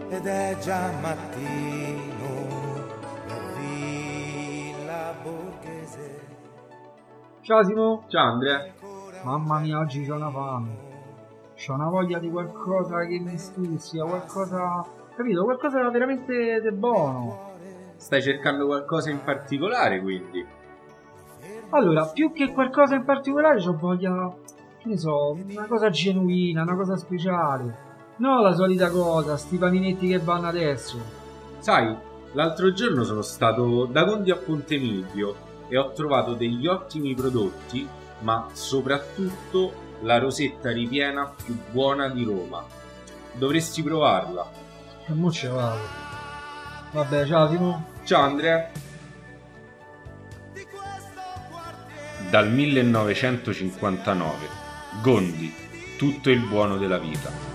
ed è già mattino per Villa Borghese. Ciao Simo. Ciao Andrea. Mamma mia, oggi c'ho una fame. C'ho una voglia di qualcosa che mi stuzzica, qualcosa, capito? Qualcosa veramente di buono. Stai cercando qualcosa in particolare, quindi? Allora, più che qualcosa in particolare, c'ho voglia, che ne so, una cosa genuina, una cosa speciale. No, la solita cosa, sti paninetti che vanno adesso. Sai, l'altro giorno sono stato da Gondi a Ponte Milvio e ho trovato degli ottimi prodotti, ma soprattutto la rosetta ripiena più buona di Roma. Dovresti provarla. E mo ce vado. Vabbè, ciao Simo. Ciao Andrea. Dal 1959, Gondi, tutto il buono della vita.